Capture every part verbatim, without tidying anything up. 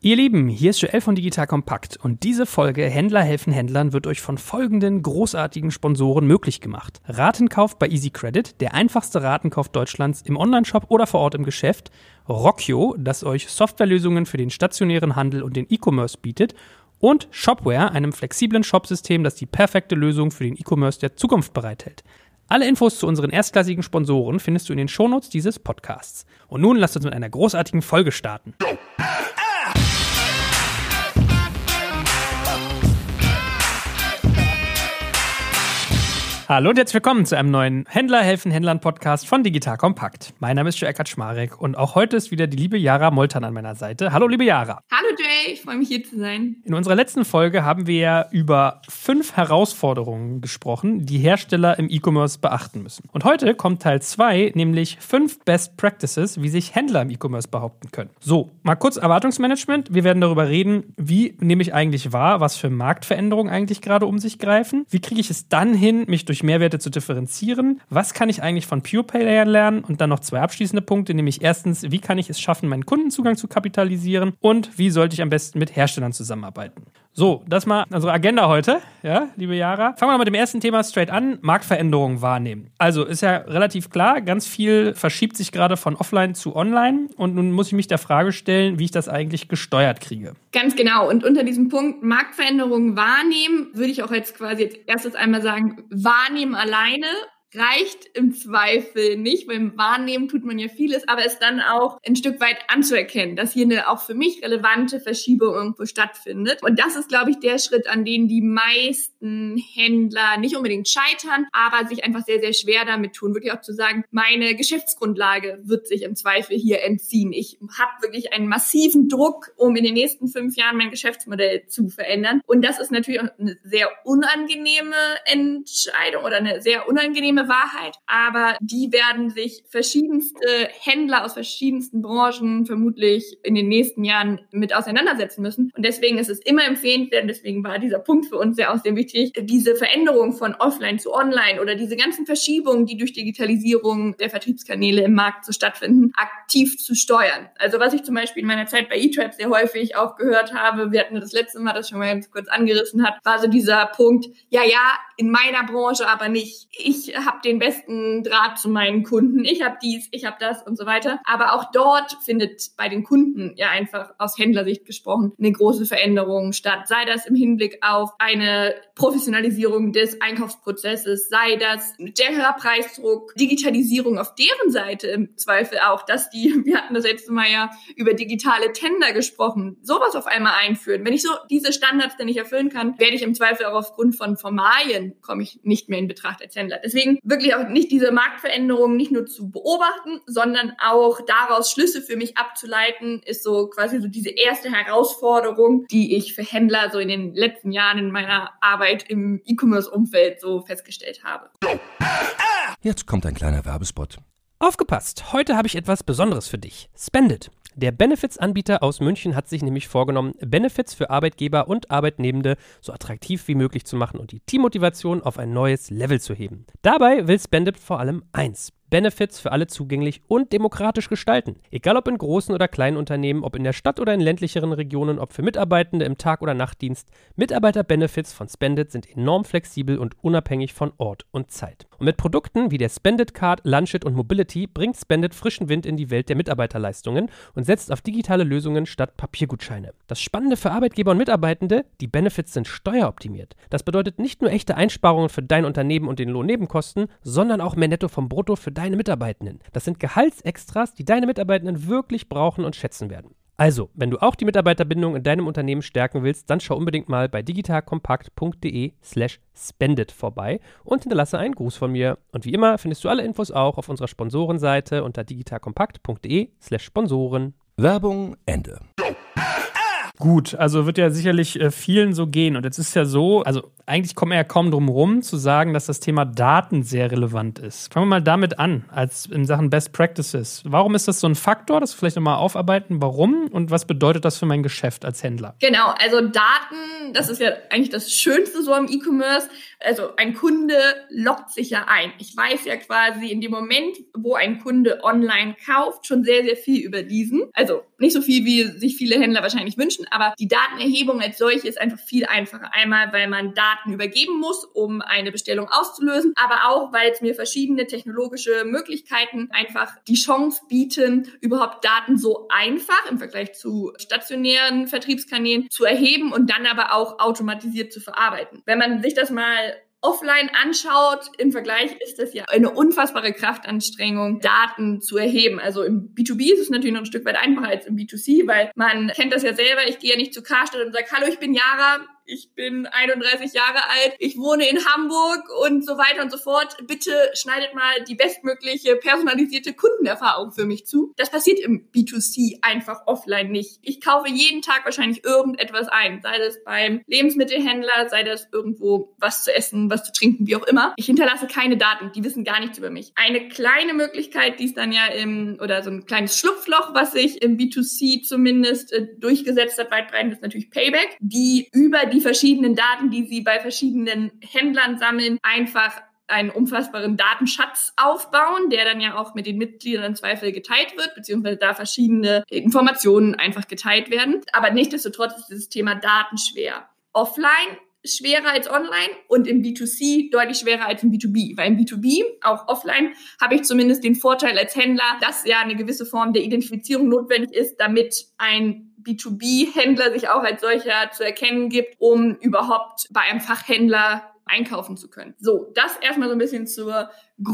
Ihr Lieben, hier ist Joel von Digital Compact und diese Folge Händler helfen Händlern wird euch von folgenden großartigen Sponsoren möglich gemacht. Ratenkauf bei Easy Credit, der einfachste Ratenkauf Deutschlands im Onlineshop oder vor Ort im Geschäft. Rockio, das euch Softwarelösungen für den stationären Handel und den E-Commerce bietet. Und Shopware, einem flexiblen Shopsystem, das die perfekte Lösung für den E-Commerce der Zukunft bereithält. Alle Infos zu unseren erstklassigen Sponsoren findest du in den Shownotes dieses Podcasts. Und nun lasst uns mit einer großartigen Folge starten. Hallo und herzlich willkommen zu einem neuen Händler helfen Händlern Podcast von Digital Compact. Mein Name ist Joel Kaczmarek und auch heute ist wieder die liebe Jara Moltan an meiner Seite. Hallo liebe Jara. Hallo Joel, ich freue mich hier zu sein. In unserer letzten Folge haben wir ja über fünf Herausforderungen gesprochen, die Hersteller im E-Commerce beachten müssen. Und heute kommt Teil zwei, nämlich fünf Best Practices, wie sich Händler im E-Commerce behaupten können. So, mal kurz Erwartungsmanagement. Wir werden darüber reden, wie nehme ich eigentlich wahr, was für Marktveränderungen eigentlich gerade um sich greifen. Wie kriege ich es dann hin, mich durch Mehrwerte zu differenzieren? Was kann ich eigentlich von Pure Player lernen? Und dann noch zwei abschließende Punkte, nämlich erstens, wie kann ich es schaffen, meinen Kundenzugang zu kapitalisieren? Und wie sollte ich am besten mit Herstellern zusammenarbeiten? So, das mal unsere Agenda heute, ja, liebe Jara. Fangen wir mal mit dem ersten Thema straight an, Marktveränderungen wahrnehmen. Also ist ja relativ klar, ganz viel verschiebt sich gerade von offline zu online und nun muss ich mich der Frage stellen, wie ich das eigentlich gesteuert kriege. Ganz genau, und unter diesem Punkt Marktveränderungen wahrnehmen, würde ich auch jetzt quasi jetzt erstes einmal sagen, wahrnehmen alleine reicht im Zweifel nicht, weil im Wahrnehmen tut man ja vieles, aber es dann auch ein Stück weit anzuerkennen, dass hier eine auch für mich relevante Verschiebung irgendwo stattfindet. Und das ist, glaube ich, der Schritt, an dem die meisten Händler nicht unbedingt scheitern, aber sich einfach sehr, sehr schwer damit tun. Wirklich auch zu sagen, meine Geschäftsgrundlage wird sich im Zweifel hier entziehen. Ich habe wirklich einen massiven Druck, um in den nächsten fünf Jahren mein Geschäftsmodell zu verändern. Und das ist natürlich auch eine sehr unangenehme Entscheidung oder eine sehr unangenehme Wahrheit, aber die werden sich verschiedenste Händler aus verschiedensten Branchen vermutlich in den nächsten Jahren mit auseinandersetzen müssen. Und deswegen ist es immer empfehlenswert, und deswegen war dieser Punkt für uns sehr auch sehr wichtig, diese Veränderung von offline zu online oder diese ganzen Verschiebungen, die durch Digitalisierung der Vertriebskanäle im Markt so stattfinden, aktiv zu steuern. Also was ich zum Beispiel in meiner Zeit bei eTrap sehr häufig auch gehört habe, wir hatten das letzte Mal das schon mal ganz kurz angerissen hat, war so dieser Punkt, ja, ja, in meiner Branche aber nicht. Ich habe den besten Draht zu meinen Kunden, ich habe dies, ich habe das und so weiter. Aber auch dort findet bei den Kunden ja einfach aus Händlersicht gesprochen eine große Veränderung statt. Sei das im Hinblick auf eine Professionalisierung des Einkaufsprozesses, sei das der höhere Preisdruck, Digitalisierung auf deren Seite im Zweifel auch, dass die, wir hatten das letzte Mal ja über digitale Tender gesprochen, sowas auf einmal einführen. Wenn ich so diese Standards dann nicht erfüllen kann, werde ich im Zweifel auch aufgrund von Formalien, komme ich nicht mehr in Betracht als Händler. Deswegen wirklich auch nicht diese Marktveränderungen nicht nur zu beobachten, sondern auch daraus Schlüsse für mich abzuleiten, ist so quasi so diese erste Herausforderung, die ich für Händler so in den letzten Jahren in meiner Arbeit im E-Commerce-Umfeld so festgestellt habe. Jetzt kommt ein kleiner Werbespot. Aufgepasst! Heute habe ich etwas Besonderes für dich. Spendit. Der Benefits-Anbieter aus München hat sich nämlich vorgenommen, Benefits für Arbeitgeber und Arbeitnehmende so attraktiv wie möglich zu machen und die Teammotivation auf ein neues Level zu heben. Dabei will Spendit vor allem eins: Benefits für alle zugänglich und demokratisch gestalten. Egal ob in großen oder kleinen Unternehmen, ob in der Stadt oder in ländlicheren Regionen, ob für Mitarbeitende im Tag- oder Nachtdienst, Mitarbeiter-Benefits von Spendit sind enorm flexibel und unabhängig von Ort und Zeit. Und mit Produkten wie der Spendit Card, Lunchit und Mobility bringt Spendit frischen Wind in die Welt der Mitarbeiterleistungen und setzt auf digitale Lösungen statt Papiergutscheine. Das Spannende für Arbeitgeber und Mitarbeitende: die Benefits sind steueroptimiert. Das bedeutet nicht nur echte Einsparungen für dein Unternehmen und den Lohnnebenkosten, sondern auch mehr Netto vom Brutto für deine Mitarbeitenden. Das sind Gehaltsextras, die deine Mitarbeitenden wirklich brauchen und schätzen werden. Also, wenn du auch die Mitarbeiterbindung in deinem Unternehmen stärken willst, dann schau unbedingt mal bei digitalkompakt.de slash spendit vorbei und hinterlasse einen Gruß von mir. Und wie immer findest du alle Infos auch auf unserer Sponsorenseite unter digitalkompakt.de slash Sponsoren. Werbung Ende. Gut, also wird ja sicherlich äh, vielen so gehen. Und jetzt ist ja so, also eigentlich kommen wir ja kaum drum rum, zu sagen, dass das Thema Daten sehr relevant ist. Fangen wir mal damit an, als in Sachen Best Practices. Warum ist das so ein Faktor? Das vielleicht nochmal aufarbeiten. Warum und was bedeutet das für mein Geschäft als Händler? Genau, also Daten, das ist ja eigentlich das Schönste so am E-Commerce. Also ein Kunde loggt sich ja ein. Ich weiß ja quasi in dem Moment, wo ein Kunde online kauft, schon sehr, sehr viel über diesen. Also nicht so viel, wie sich viele Händler wahrscheinlich wünschen, aber die Datenerhebung als solche ist einfach viel einfacher. Einmal, weil man Daten übergeben muss, um eine Bestellung auszulösen, aber auch, weil es mir verschiedene technologische Möglichkeiten einfach die Chance bieten, überhaupt Daten so einfach im Vergleich zu stationären Vertriebskanälen zu erheben und dann aber auch automatisiert zu verarbeiten. Wenn man sich das mal offline anschaut, im Vergleich ist das ja eine unfassbare Kraftanstrengung, Daten zu erheben. Also im B zwei B ist es natürlich noch ein Stück weit einfacher als im B zwei C, weil man kennt das ja selber. Ich gehe ja nicht zu Karstadt und sage, hallo, ich bin Yara. Ich bin einunddreißig Jahre alt, ich wohne in Hamburg und so weiter und so fort. Bitte schneidet mal die bestmögliche personalisierte Kundenerfahrung für mich zu. Das passiert im B zwei C einfach offline nicht. Ich kaufe jeden Tag wahrscheinlich irgendetwas ein, sei das beim Lebensmittelhändler, sei das irgendwo was zu essen, was zu trinken, wie auch immer. Ich hinterlasse keine Daten, die wissen gar nichts über mich. Eine kleine Möglichkeit, die ist dann ja im, oder so ein kleines Schlupfloch, was sich im B zwei C zumindest äh, durchgesetzt hat, weitbreitend, ist natürlich Payback, die über die die verschiedenen Daten, die sie bei verschiedenen Händlern sammeln, einfach einen unfassbaren Datenschatz aufbauen, der dann ja auch mit den Mitgliedern im Zweifel geteilt wird, beziehungsweise da verschiedene Informationen einfach geteilt werden. Aber nichtsdestotrotz ist dieses Thema Daten schwer. Offline schwerer als online und im B zwei C deutlich schwerer als im B zwei B. Weil im B zwei B, auch offline, habe ich zumindest den Vorteil als Händler, dass ja eine gewisse Form der Identifizierung notwendig ist, damit ein B zwei B-Händler sich auch als solcher zu erkennen gibt, um überhaupt bei einem Fachhändler einkaufen zu können. So, das erstmal so ein bisschen zur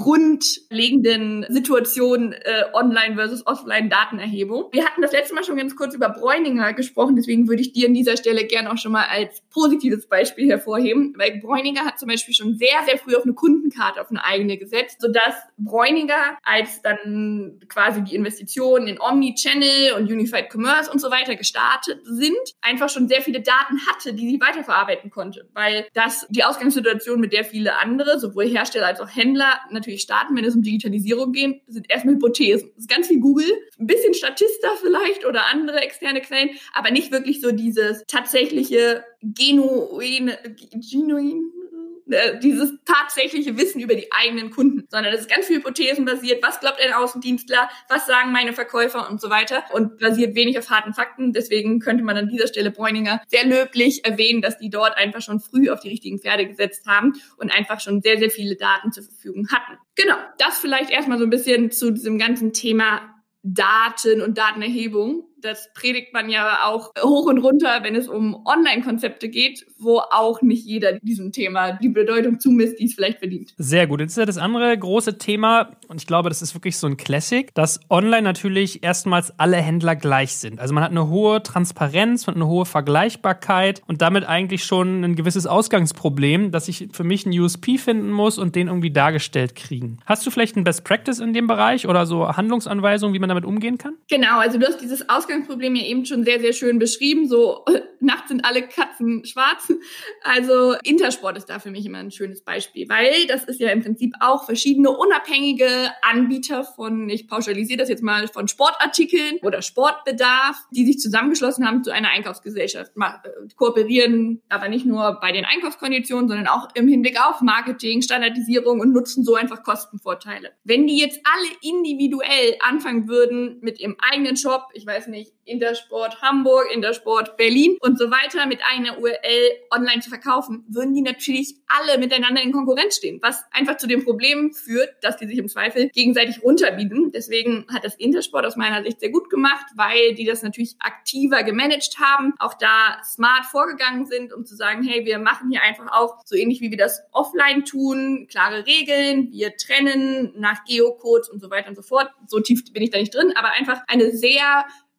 grundlegenden Situation äh, Online versus Offline-Datenerhebung. Wir hatten das letzte Mal schon ganz kurz über Bräuninger gesprochen, deswegen würde ich dir an dieser Stelle gerne auch schon mal als positives Beispiel hervorheben, weil Bräuninger hat zum Beispiel schon sehr, sehr früh auf eine Kundenkarte, auf eine eigene gesetzt, sodass Bräuninger, als dann quasi die Investitionen in Omnichannel und Unified Commerce und so weiter gestartet sind, einfach schon sehr viele Daten hatte, die sie weiterverarbeiten konnte, weil das die Ausgangssituation, mit der viele andere, sowohl Hersteller als auch Händler, natürlich starten, wenn es um Digitalisierung geht, sind erstmal Hypothesen. Das ist ganz viel Google, ein bisschen Statista vielleicht oder andere externe Quellen, aber nicht wirklich so dieses tatsächliche genuine, genuin, äh, dieses tatsächliche Wissen über die eigenen Kunden, sondern das ist ganz viel hypothesenbasiert. Was glaubt ein Außendienstler? Was sagen meine Verkäufer und so weiter? Und basiert wenig auf harten Fakten. Deswegen könnte man an dieser Stelle Bräuninger sehr löblich erwähnen, dass die dort einfach schon früh auf die richtigen Pferde gesetzt haben und einfach schon sehr, sehr viele Daten zur Verfügung hatten. Genau, das vielleicht erstmal so ein bisschen zu diesem ganzen Thema Daten und Datenerhebung. Das predigt man ja auch hoch und runter, wenn es um Online-Konzepte geht, wo auch nicht jeder diesem Thema die Bedeutung zumisst, die es vielleicht verdient. Sehr gut. Jetzt ist ja das andere große Thema, und ich glaube, das ist wirklich so ein Classic, dass online natürlich erstmals alle Händler gleich sind. Also man hat eine hohe Transparenz und eine hohe Vergleichbarkeit und damit eigentlich schon ein gewisses Ausgangsproblem, dass ich für mich einen U S P finden muss und den irgendwie dargestellt kriegen. Hast du vielleicht ein Best Practice in dem Bereich oder so Handlungsanweisungen, wie man damit umgehen kann? Genau, also du hast dieses Ausgangsproblem ja eben schon sehr, sehr schön beschrieben. So, nachts sind alle Katzen schwarz. Also Intersport ist da für mich immer ein schönes Beispiel, weil das ist ja im Prinzip auch verschiedene unabhängige Anbieter von, ich pauschalisiere das jetzt mal, von Sportartikeln oder Sportbedarf, die sich zusammengeschlossen haben zu einer Einkaufsgesellschaft. Kooperieren aber nicht nur bei den Einkaufskonditionen, sondern auch im Hinblick auf Marketing, Standardisierung und nutzen so einfach Kostenvorteile. Wenn die jetzt alle individuell anfangen würden mit ihrem eigenen Shop, ich weiß nicht, Intersport Hamburg, Intersport Berlin und so weiter mit einer U R L online zu verkaufen, würden die natürlich alle miteinander in Konkurrenz stehen, was einfach zu dem Problem führt, dass die sich im Zweifel gegenseitig runterbieten. Deswegen hat das Intersport aus meiner Sicht sehr gut gemacht, weil die das natürlich aktiver gemanagt haben, auch da smart vorgegangen sind, um zu sagen, hey, wir machen hier einfach auch so ähnlich wie wir das offline tun, klare Regeln, wir trennen nach Geocodes und so weiter und so fort. So tief bin ich da nicht drin, aber einfach eine sehr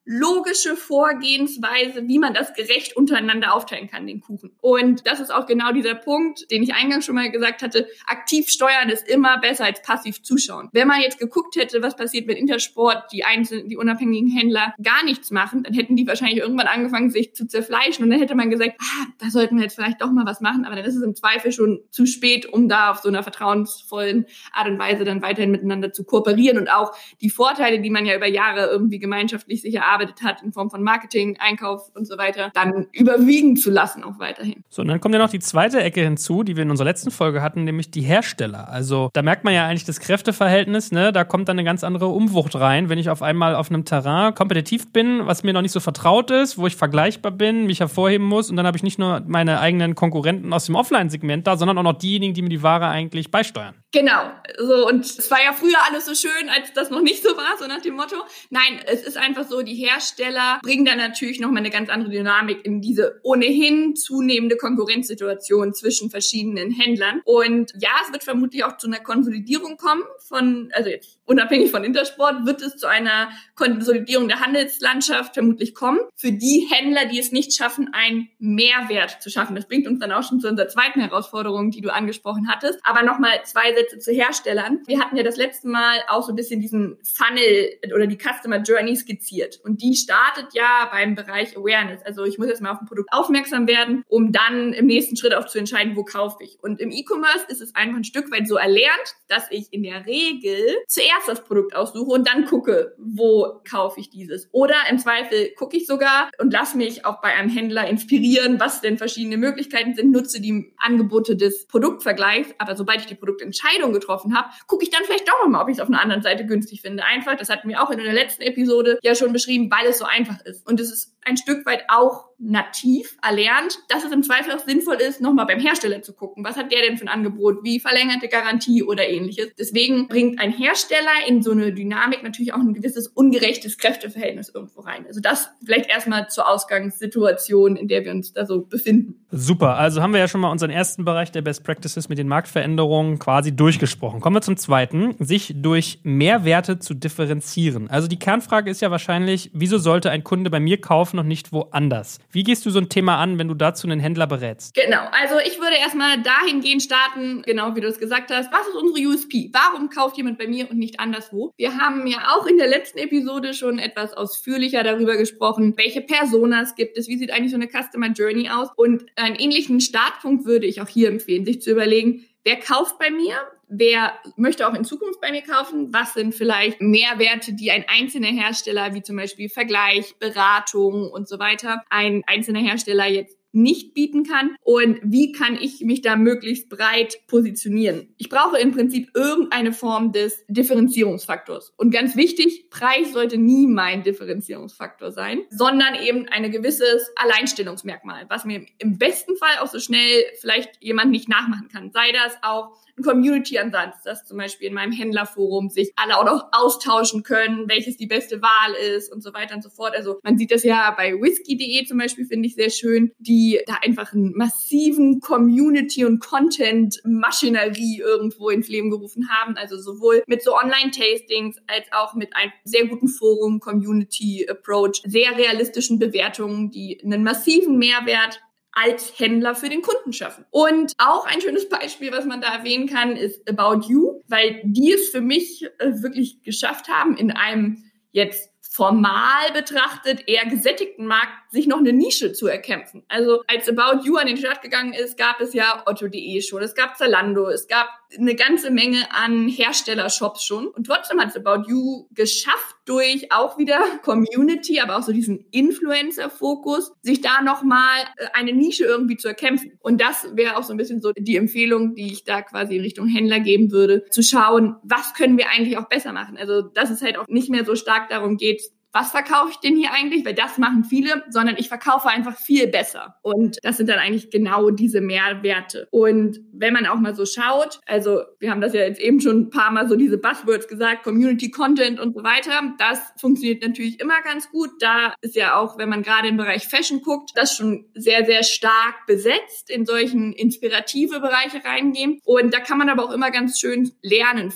logische Vorgehensweise, wie man das gerecht untereinander aufteilen kann, den Kuchen. Und das ist auch genau dieser Punkt, den ich eingangs schon mal gesagt hatte. Aktiv steuern ist immer besser als passiv zuschauen. Wenn man jetzt geguckt hätte, was passiert mit Intersport, die einzelnen, die unabhängigen Händler gar nichts machen, dann hätten die wahrscheinlich irgendwann angefangen, sich zu zerfleischen. Und dann hätte man gesagt, ah, da sollten wir jetzt vielleicht doch mal was machen. Aber dann ist es im Zweifel schon zu spät, um da auf so einer vertrauensvollen Art und Weise dann weiterhin miteinander zu kooperieren und auch die Vorteile, die man ja über Jahre irgendwie gemeinschaftlich sich erarbeitet hat in Form von Marketing, Einkauf und so weiter, dann überwiegen zu lassen auch weiterhin. So, und dann kommt ja noch die zweite Ecke hinzu, die wir in unserer letzten Folge hatten, nämlich die Hersteller. Also da merkt man ja eigentlich das Kräfteverhältnis, ne? Da kommt dann eine ganz andere Umwucht rein, wenn ich auf einmal auf einem Terrain kompetitiv bin, was mir noch nicht so vertraut ist, wo ich vergleichbar bin, mich hervorheben muss und dann habe ich nicht nur meine eigenen Konkurrenten aus dem Offline-Segment da, sondern auch noch diejenigen, die mir die Ware eigentlich beisteuern. Genau, so, und es war ja früher alles so schön, als das noch nicht so war, so nach dem Motto. Nein, es ist einfach so, die Hersteller bringen da natürlich nochmal eine ganz andere Dynamik in diese ohnehin zunehmende Konkurrenzsituation zwischen verschiedenen Händlern. Und ja, es wird vermutlich auch zu einer Konsolidierung kommen von, also jetzt unabhängig von Intersport, wird es zu einer Konsolidierung der Handelslandschaft vermutlich kommen. Für die Händler, die es nicht schaffen, einen Mehrwert zu schaffen. Das bringt uns dann auch schon zu unserer zweiten Herausforderung, die du angesprochen hattest. Aber nochmal zwei Sätze zu Herstellern. Wir hatten ja das letzte Mal auch so ein bisschen diesen Funnel oder die Customer Journey skizziert. Und die startet ja beim Bereich Awareness. Also ich muss jetzt mal auf ein Produkt aufmerksam werden, um dann im nächsten Schritt auch zu entscheiden, wo kaufe ich. Und im E-Commerce ist es einfach ein Stück weit so erlernt, dass ich in der Regel zuerst das Produkt aussuche und dann gucke, wo kaufe ich dieses. Oder im Zweifel gucke ich sogar und lasse mich auch bei einem Händler inspirieren, was denn verschiedene Möglichkeiten sind, nutze die Angebote des Produktvergleichs. Aber sobald ich die Produktentscheidung getroffen habe, gucke ich dann vielleicht doch nochmal, ob ich es auf einer anderen Seite günstig finde. Einfach, das hatten wir auch in der letzten Episode ja schon beschrieben, weil es so einfach ist. Und es ist ein Stück weit auch nativ erlernt, dass es im Zweifel auch sinnvoll ist, nochmal beim Hersteller zu gucken. Was hat der denn für ein Angebot? Wie verlängerte Garantie oder ähnliches? Deswegen bringt ein Hersteller in so eine Dynamik natürlich auch ein gewisses ungerechtes Kräfteverhältnis irgendwo rein. Also das vielleicht erstmal zur Ausgangssituation, in der wir uns da so befinden. Super, also haben wir ja schon mal unseren ersten Bereich der Best Practices mit den Marktveränderungen quasi durchgesprochen. Kommen wir zum zweiten, sich durch Mehrwerte zu differenzieren. Also die Kernfrage ist ja wahrscheinlich, wieso sollte ein Kunde bei mir kaufen und nicht woanders? Wie gehst du so ein Thema an, wenn du dazu einen Händler berätst? Genau, also ich würde erstmal dahingehend starten, genau wie du es gesagt hast, was ist unsere U S P? Warum kauft jemand bei mir und nicht anderswo? Wir haben ja auch in der letzten Episode schon etwas ausführlicher darüber gesprochen, welche Personas gibt es, wie sieht eigentlich so eine Customer Journey aus? Und einen ähnlichen Startpunkt würde ich auch hier empfehlen, sich zu überlegen, wer kauft bei mir? Wer möchte auch in Zukunft bei mir kaufen? Was sind vielleicht Mehrwerte, die ein einzelner Hersteller, wie zum Beispiel Vergleich, Beratung und so weiter, ein einzelner Hersteller jetzt nicht bieten kann? Und wie kann ich mich da möglichst breit positionieren? Ich brauche im Prinzip irgendeine Form des Differenzierungsfaktors. Und ganz wichtig, Preis sollte nie mein Differenzierungsfaktor sein, sondern eben ein gewisses Alleinstellungsmerkmal, was mir im besten Fall auch so schnell vielleicht jemand nicht nachmachen kann. Sei das auch ein Community-Ansatz, dass zum Beispiel in meinem Händlerforum sich alle auch noch austauschen können, welches die beste Wahl ist und so weiter und so fort. Also man sieht das ja bei whisky punkt de zum Beispiel, finde ich sehr schön, die da einfach einen massiven Community- und Content-Maschinerie irgendwo ins Leben gerufen haben. Also sowohl mit so Online-Tastings als auch mit einem sehr guten Forum, Community-Approach, sehr realistischen Bewertungen, die einen massiven Mehrwert als Händler für den Kunden schaffen. Und auch ein schönes Beispiel, was man da erwähnen kann, ist About You, weil die es für mich äh, wirklich geschafft haben, in einem jetzt formal betrachtet eher gesättigten Markt sich noch eine Nische zu erkämpfen. Also als About You an den Start gegangen ist, gab es ja Otto punkt de schon, es gab Zalando, es gab eine ganze Menge an Herstellershops schon. Und trotzdem hat es About You geschafft, durch auch wieder Community, aber auch so diesen Influencer-Fokus, sich da nochmal eine Nische irgendwie zu erkämpfen. Und das wäre auch so ein bisschen so die Empfehlung, die ich da quasi in Richtung Händler geben würde, zu schauen, was können wir eigentlich auch besser machen. Also dass es halt auch nicht mehr so stark darum geht, was verkaufe ich denn hier eigentlich? Weil das machen viele, sondern ich verkaufe einfach viel besser. Und das sind dann eigentlich genau diese Mehrwerte. Und wenn man auch mal so schaut, also wir haben das ja jetzt eben schon ein paar Mal so diese Buzzwords gesagt, Community, Content und so weiter, das funktioniert natürlich immer ganz gut. Da ist ja auch, wenn man gerade im Bereich Fashion guckt, das schon sehr, sehr stark besetzt, in solchen inspirative Bereiche reingehen. Und da kann man aber auch immer ganz schön lernen von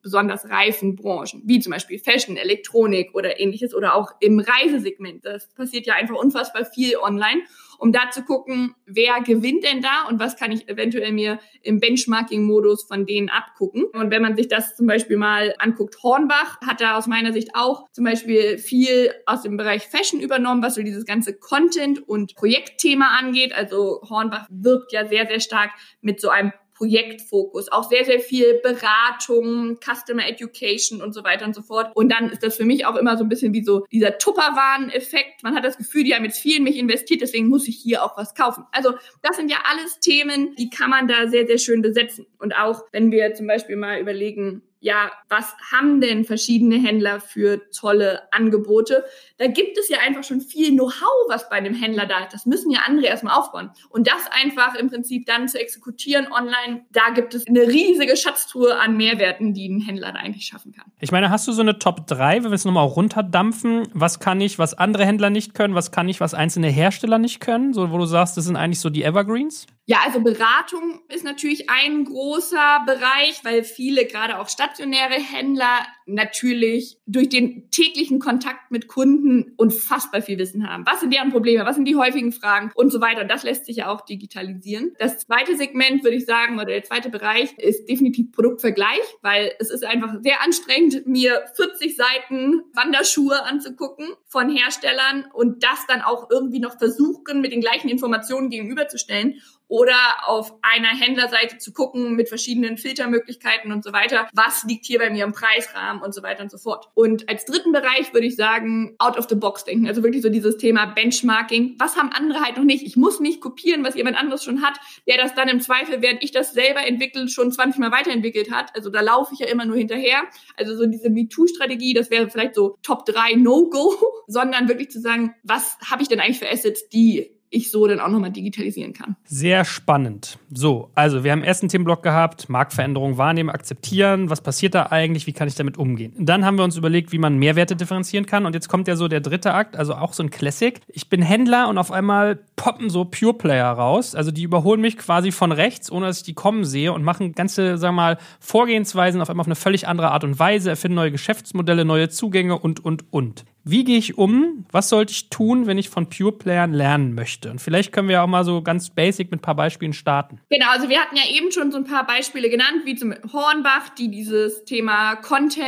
besonders reifen Branchen, wie zum Beispiel Fashion, Elektronik oder ähnliches oder auch im Reisesegment. Das passiert ja einfach unfassbar viel online, um da zu gucken, wer gewinnt denn da und was kann ich eventuell mir im Benchmarking-Modus von denen abgucken. Und wenn man sich das zum Beispiel mal anguckt, Hornbach hat da aus meiner Sicht auch zum Beispiel viel aus dem Bereich Fashion übernommen, was so dieses ganze Content- und Projektthema angeht. Also Hornbach wirkt ja sehr, sehr stark mit so einem Projektfokus, auch sehr, sehr viel Beratung, Customer Education und so weiter und so fort. Und dann ist das für mich auch immer so ein bisschen wie so dieser Tupperwaren-Effekt. Man hat das Gefühl, die haben jetzt viel in mich investiert, deswegen muss ich hier auch was kaufen. Also das sind ja alles Themen, die kann man da sehr, sehr schön besetzen. Und auch wenn wir zum Beispiel mal überlegen, ja, was haben denn verschiedene Händler für tolle Angebote? Da gibt es ja einfach schon viel Know-how, was bei einem Händler da ist. Das müssen ja andere erstmal aufbauen. Und das einfach im Prinzip dann zu exekutieren online, da gibt es eine riesige Schatztruhe an Mehrwerten, die ein Händler da eigentlich schaffen kann. Ich meine, hast du so eine Top drei, wenn wir es nochmal runterdampfen? Was kann ich, was andere Händler nicht können? Was kann ich, was einzelne Hersteller nicht können? So, wo du sagst, das sind eigentlich so die Evergreens? Ja, also Beratung ist natürlich ein großer Bereich, weil viele, gerade auch stationäre Händler, natürlich durch den täglichen Kontakt mit Kunden unfassbar viel Wissen haben. Was sind deren Probleme? Was sind die häufigen Fragen? Und so weiter. Und das lässt sich ja auch digitalisieren. Das zweite Segment, würde ich sagen, oder der zweite Bereich ist definitiv Produktvergleich, weil es ist einfach sehr anstrengend, mir vierzig Seiten Wanderschuhe anzugucken von Herstellern und das dann auch irgendwie noch versuchen, mit den gleichen Informationen gegenüberzustellen. Oder auf einer Händlerseite zu gucken mit verschiedenen Filtermöglichkeiten und so weiter. Was liegt hier bei mir im Preisrahmen und so weiter und so fort. Und als dritten Bereich würde ich sagen, out of the box denken. Also wirklich so dieses Thema Benchmarking. Was haben andere halt noch nicht? Ich muss nicht kopieren, was jemand anderes schon hat, der das dann im Zweifel, während ich das selber entwickelt, schon zwanzig Mal weiterentwickelt hat. Also da laufe ich ja immer nur hinterher. Also so diese MeToo-Strategie, das wäre vielleicht so Top drei No-Go, sondern wirklich zu sagen, was habe ich denn eigentlich für Assets, die ich so dann auch nochmal digitalisieren kann. Sehr spannend. So, also wir haben den ersten Themenblock gehabt, Marktveränderungen wahrnehmen, akzeptieren, was passiert da eigentlich, wie kann ich damit umgehen? Dann haben wir uns überlegt, wie man Mehrwerte differenzieren kann und jetzt kommt ja so der dritte Akt, also auch so ein Classic. Ich bin Händler und auf einmal poppen so Pure Player raus, also die überholen mich quasi von rechts, ohne dass ich die kommen sehe und machen ganze, sagen wir mal, Vorgehensweisen auf einmal auf eine völlig andere Art und Weise, erfinden neue Geschäftsmodelle, neue Zugänge und, und, und. Wie gehe ich um? Was sollte ich tun, wenn ich von Pure Playern lernen möchte? Und vielleicht können wir auch mal so ganz basic mit ein paar Beispielen starten. Genau, also wir hatten ja eben schon so ein paar Beispiele genannt, wie zum Hornbach, die dieses Thema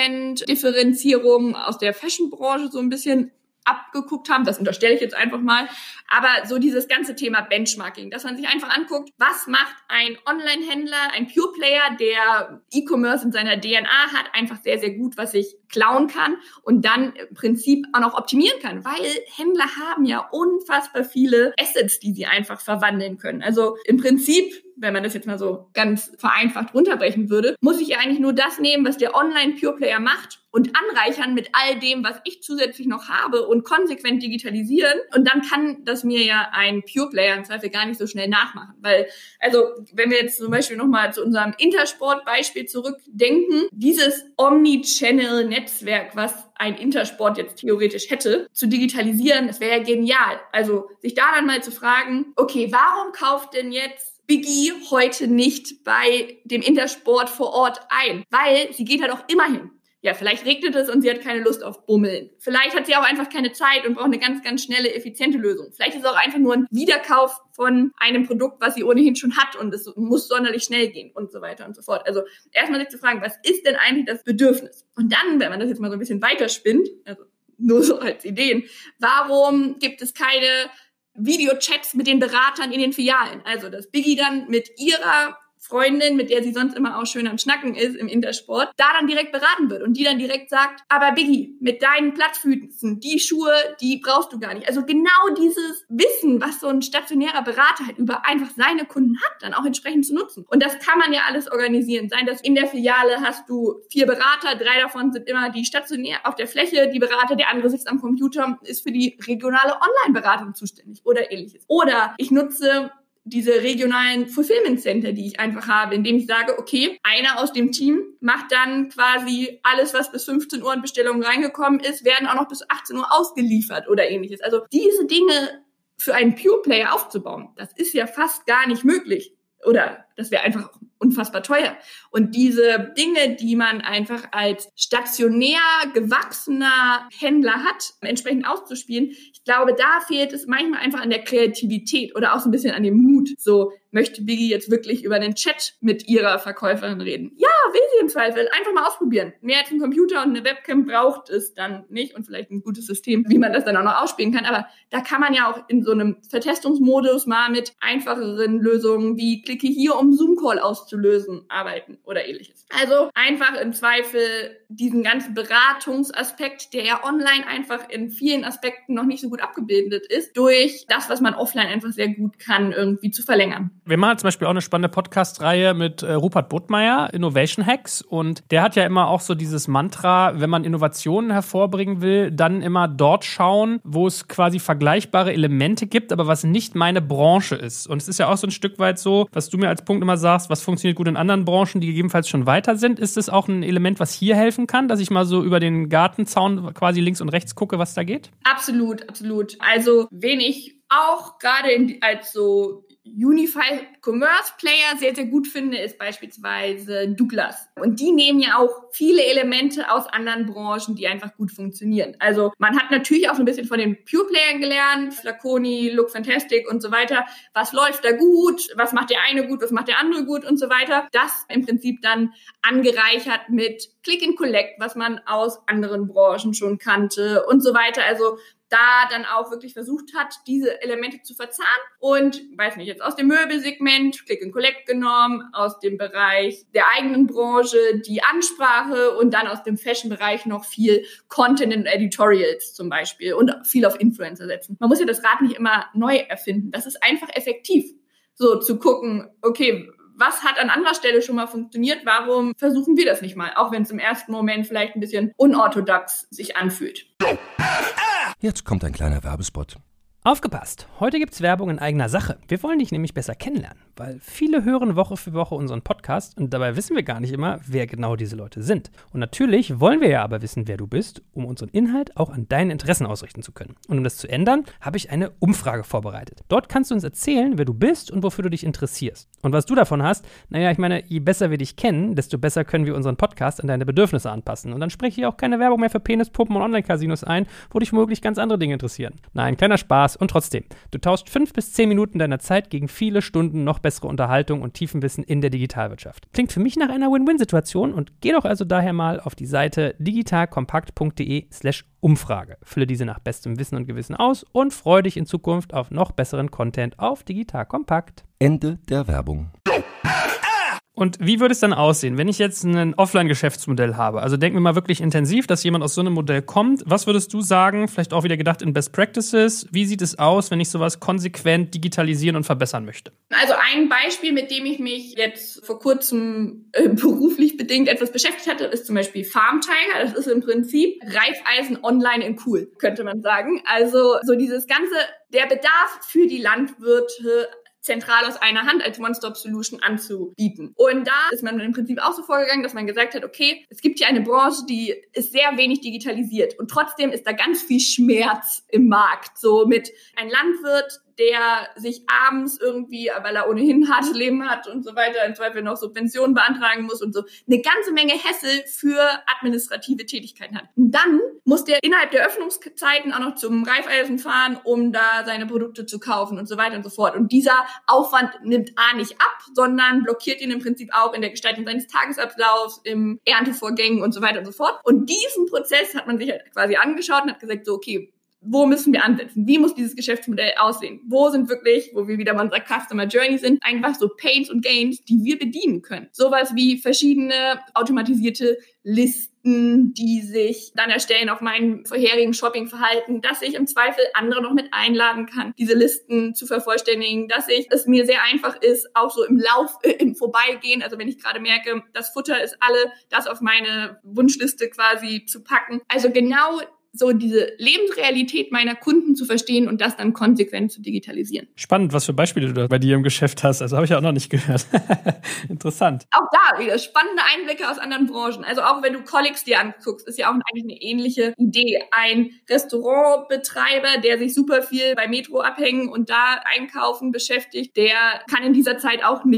Content-Differenzierung aus der Fashion-Branche so ein bisschen abgeguckt haben. Das unterstelle ich jetzt einfach mal. Aber so dieses ganze Thema Benchmarking, dass man sich einfach anguckt, was macht ein Online-Händler, ein Pure-Player, der E-Commerce in seiner D N A hat, einfach sehr, sehr gut, was ich klauen kann und dann im Prinzip auch noch optimieren kann, weil Händler haben ja unfassbar viele Assets, die sie einfach verwandeln können. Also im Prinzip, wenn man das jetzt mal so ganz vereinfacht runterbrechen würde, muss ich ja eigentlich nur das nehmen, was der Online-Pure-Player macht und anreichern mit all dem, was ich zusätzlich noch habe und konsequent digitalisieren. Und dann kann das mir ja ein Pure-Player im Zweifel gar nicht so schnell nachmachen. Weil, also wenn wir jetzt zum Beispiel nochmal zu unserem Intersport-Beispiel zurückdenken, dieses Omni-Channel-Netzwerk, was ein Intersport jetzt theoretisch hätte, zu digitalisieren, das wäre ja genial. Also sich da dann mal zu fragen, okay, warum kauft denn jetzt Biggie heute nicht bei dem Intersport vor Ort ein? Weil sie geht halt auch immer hin. Ja, vielleicht regnet es und sie hat keine Lust auf Bummeln. Vielleicht hat sie auch einfach keine Zeit und braucht eine ganz, ganz schnelle, effiziente Lösung. Vielleicht ist es auch einfach nur ein Wiederkauf von einem Produkt, was sie ohnehin schon hat und es muss sonderlich schnell gehen und so weiter und so fort. Also erstmal sich zu fragen, was ist denn eigentlich das Bedürfnis? Und dann, wenn man das jetzt mal so ein bisschen weiterspinnt, also nur so als Ideen, warum gibt es keine Videochats mit den Beratern in den Filialen? Also, dass Biggie dann mit ihrer Freundin, mit der sie sonst immer auch schön am Schnacken ist im Intersport, da dann direkt beraten wird und die dann direkt sagt, aber Biggie, mit deinen Plattfüßen, die Schuhe, die brauchst du gar nicht. Also genau dieses Wissen, was so ein stationärer Berater halt über einfach seine Kunden hat, dann auch entsprechend zu nutzen. Und das kann man ja alles organisieren. Seien das in der Filiale hast du vier Berater, drei davon sind immer die stationär auf der Fläche, die Berater, der andere sitzt am Computer, ist für die regionale Online-Beratung zuständig oder ähnliches. Oder ich nutze diese regionalen Fulfillment Center, die ich einfach habe, indem ich sage, okay, einer aus dem Team macht dann quasi alles, was bis fünfzehn Uhr in Bestellungen reingekommen ist, werden auch noch bis achtzehn Uhr ausgeliefert oder ähnliches. Also diese Dinge für einen Pure Player aufzubauen, das ist ja fast gar nicht möglich. Oder das wäre einfach unfassbar teuer. Und diese Dinge, die man einfach als stationär gewachsener Händler hat, entsprechend auszuspielen, ich glaube, da fehlt es manchmal einfach an der Kreativität oder auch so ein bisschen an dem Mut. So, möchte Biggie jetzt wirklich über den Chat mit ihrer Verkäuferin reden? Ja, will sie im Zweifel. Einfach mal ausprobieren. Mehr als ein Computer und eine Webcam braucht es dann nicht und vielleicht ein gutes System, wie man das dann auch noch ausspielen kann. Aber da kann man ja auch in so einem Vertestungsmodus mal mit einfacheren Lösungen wie klicke hier, um Zoom-Call auszulösen, arbeiten oder ähnliches. Also einfach im Zweifel diesen ganzen Beratungsaspekt, der ja online einfach in vielen Aspekten noch nicht so gut abgebildet ist, durch das, was man offline einfach sehr gut kann, irgendwie zu verlängern. Wir machen zum Beispiel auch eine spannende Podcast-Reihe mit äh, Rupert Bodmeier, Innovation Hacks. Und der hat ja immer auch so dieses Mantra, wenn man Innovationen hervorbringen will, dann immer dort schauen, wo es quasi vergleichbare Elemente gibt, aber was nicht meine Branche ist. Und es ist ja auch so ein Stück weit so, was du mir als Punkt immer sagst, was funktioniert gut in anderen Branchen, die gegebenenfalls schon weiter sind. Ist es auch ein Element, was hier helfen kann, dass ich mal so über den Gartenzaun quasi links und rechts gucke, was da geht? Absolut, absolut. Also, wen ich auch gerade in, als so Unified Commerce Player sehr, sehr gut finde, ist beispielsweise Douglas. Und die nehmen ja auch viele Elemente aus anderen Branchen, die einfach gut funktionieren. Also man hat natürlich auch so ein bisschen von den Pure Playern gelernt, Flaconi, Look Fantastic und so weiter. Was läuft da gut? Was macht der eine gut? Was macht der andere gut? Und so weiter. Das im Prinzip dann angereichert mit Click and Collect, was man aus anderen Branchen schon kannte und so weiter. Also da dann auch wirklich versucht hat, diese Elemente zu verzahnen und, weiß nicht, jetzt aus dem Möbelsegment Click and Collect genommen, aus dem Bereich der eigenen Branche die Ansprache und dann aus dem Fashion-Bereich noch viel Content und Editorials zum Beispiel und viel auf Influencer setzen. Man muss ja das Rad nicht immer neu erfinden. Das ist einfach effektiv, so zu gucken, okay, was hat an anderer Stelle schon mal funktioniert? Warum versuchen wir das nicht mal? Auch wenn es im ersten Moment vielleicht ein bisschen unorthodox sich anfühlt. Jetzt kommt ein kleiner Werbespot. Aufgepasst! Heute gibt's Werbung in eigener Sache. Wir wollen dich nämlich besser kennenlernen, weil viele hören Woche für Woche unseren Podcast und dabei wissen wir gar nicht immer, wer genau diese Leute sind. Und natürlich wollen wir ja aber wissen, wer du bist, um unseren Inhalt auch an deinen Interessen ausrichten zu können. Und um das zu ändern, habe ich eine Umfrage vorbereitet. Dort kannst du uns erzählen, wer du bist und wofür du dich interessierst. Und was du davon hast, naja, ich meine, je besser wir dich kennen, desto besser können wir unseren Podcast an deine Bedürfnisse anpassen. Und dann spreche ich auch keine Werbung mehr für Penispuppen und Online-Casinos ein, wo dich womöglich ganz andere Dinge interessieren. Nein, kleiner Spaß. Und trotzdem, du tauschst fünf bis zehn Minuten deiner Zeit gegen viele Stunden noch bessere Unterhaltung und Tiefenwissen in der Digitalwirtschaft. Klingt für mich nach einer Win-Win-Situation und geh doch also daher mal auf die Seite digitalkompakt.de slash Umfrage. Fülle diese nach bestem Wissen und Gewissen aus und freue dich in Zukunft auf noch besseren Content auf Digital Kompakt. Ende der Werbung. Und wie würde es dann aussehen, wenn ich jetzt ein Offline-Geschäftsmodell habe? Also denken wir mal wirklich intensiv, dass jemand aus so einem Modell kommt. Was würdest du sagen, vielleicht auch wieder gedacht in Best Practices, wie sieht es aus, wenn ich sowas konsequent digitalisieren und verbessern möchte? Also ein Beispiel, mit dem ich mich jetzt vor kurzem äh, beruflich bedingt etwas beschäftigt hatte, ist zum Beispiel Farm Tiger. Das ist im Prinzip Reifeisen online in cool, könnte man sagen. Also so dieses ganze, der Bedarf für die Landwirte zentral aus einer Hand als One-Stop-Solution anzubieten. Und da ist man im Prinzip auch so vorgegangen, dass man gesagt hat, okay, es gibt hier eine Branche, die ist sehr wenig digitalisiert und trotzdem ist da ganz viel Schmerz im Markt. So mit ein Landwirt, der sich abends irgendwie, weil er ohnehin ein hartes Leben hat und so weiter, im Zweifel noch Subventionen beantragen muss und so, eine ganze Menge Hassel für administrative Tätigkeiten hat. Und dann muss der innerhalb der Öffnungszeiten auch noch zum Reifeisen fahren, um da seine Produkte zu kaufen und so weiter und so fort. Und dieser Aufwand nimmt A nicht ab, sondern blockiert ihn im Prinzip auch in der Gestaltung seines Tagesablaufs, im Erntevorgängen und so weiter und so fort. Und diesen Prozess hat man sich halt quasi angeschaut und hat gesagt, so okay, wo müssen wir ansetzen? Wie muss dieses Geschäftsmodell aussehen? Wo sind wirklich, wo wir wieder mal unserer Customer Journey sind, einfach so Pains und Gains, die wir bedienen können. Sowas wie verschiedene automatisierte Listen, die sich dann erstellen auf meinem vorherigen Shoppingverhalten, dass ich im Zweifel andere noch mit einladen kann, diese Listen zu vervollständigen, dass ich es mir sehr einfach ist, auch so im Lauf, äh, im Vorbeigehen, also wenn ich gerade merke, das Futter ist alle, das auf meine Wunschliste quasi zu packen. Also genau so diese Lebensrealität meiner Kunden zu verstehen und das dann konsequent zu digitalisieren. Spannend, was für Beispiele du da bei dir im Geschäft hast. Also habe ich ja auch noch nicht gehört. Interessant. Auch da wieder spannende Einblicke aus anderen Branchen. Also auch wenn du Colleagues dir anguckst, ist ja auch eigentlich eine ähnliche Idee. Ein Restaurantbetreiber, der sich super viel bei Metro abhängen und da einkaufen beschäftigt, der kann in dieser Zeit auch nichts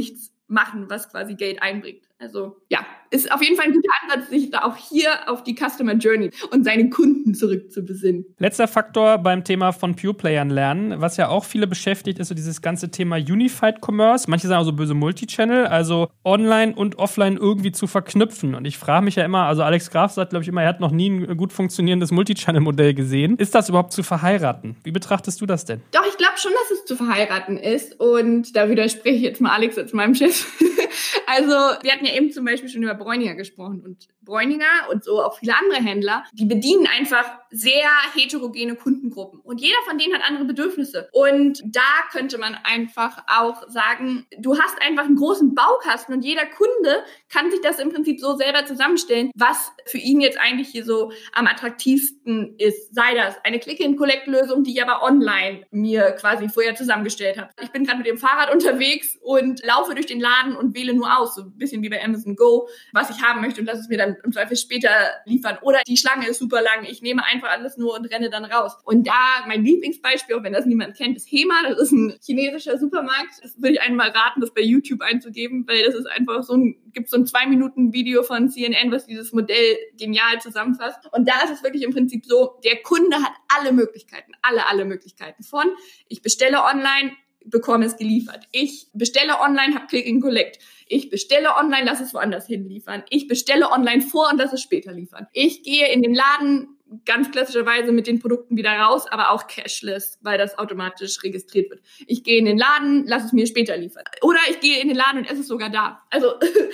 machen, was quasi Geld einbringt. Also ja, ist auf jeden Fall ein guter Ansatz, sich da auch hier auf die Customer Journey und seine Kunden zurückzubesinnen. Letzter Faktor beim Thema von Pure-Playern lernen, was ja auch viele beschäftigt, ist so dieses ganze Thema Unified Commerce. Manche sagen auch so böse Multichannel, also online und offline irgendwie zu verknüpfen. Und ich frage mich ja immer, also Alex Graf sagt, glaube ich, immer, er hat noch nie ein gut funktionierendes Multichannel-Modell gesehen. Ist das überhaupt zu verheiraten? Wie betrachtest du das denn? Doch, ich glaube schon, dass es zu verheiraten ist. Und da widerspreche ich jetzt mal Alex als meinem Chef. Also wir hatten ja eben zum Beispiel schon über Bräuninger gesprochen. Und Bräuninger und so auch viele andere Händler, die bedienen einfach sehr heterogene Kundengruppen. Und jeder von denen hat andere Bedürfnisse. Und da könnte man einfach auch sagen, du hast einfach einen großen Baukasten und jeder Kunde kann sich das im Prinzip so selber zusammenstellen, was für ihn jetzt eigentlich hier so am attraktivsten ist. Sei das eine Click-and-Collect-Lösung, die ich aber online mir quasi vorher zusammengestellt habe. Ich bin gerade mit dem Fahrrad unterwegs und laufe durch den Laden und wähle nur aus, so ein bisschen wie bei Amazon Go, was ich haben möchte und lasse es mir dann im Zweifel später liefern. Oder die Schlange ist super lang, ich nehme einfach alles nur und renne dann raus. Und da mein Lieblingsbeispiel, auch wenn das niemand kennt, ist Hema. Das ist ein chinesischer Supermarkt. Das würde ich einmal raten, das bei YouTube einzugeben, weil das ist einfach so ein, gibt so ein zwei Minuten Video von C N N, was dieses Modell genial zusammenfasst. Und da ist es wirklich im Prinzip so, der Kunde hat alle Möglichkeiten, alle, alle Möglichkeiten von, ich bestelle online, bekomme es geliefert. Ich bestelle online, habe Click and Collect. Ich bestelle online, lass es woanders hinliefern. Ich bestelle online vor und lass es später liefern. Ich gehe in den Laden ganz klassischerweise mit den Produkten wieder raus, aber auch cashless, weil das automatisch registriert wird. Ich gehe in den Laden, lass es mir später liefern. Oder ich gehe in den Laden und esse es sogar da. Also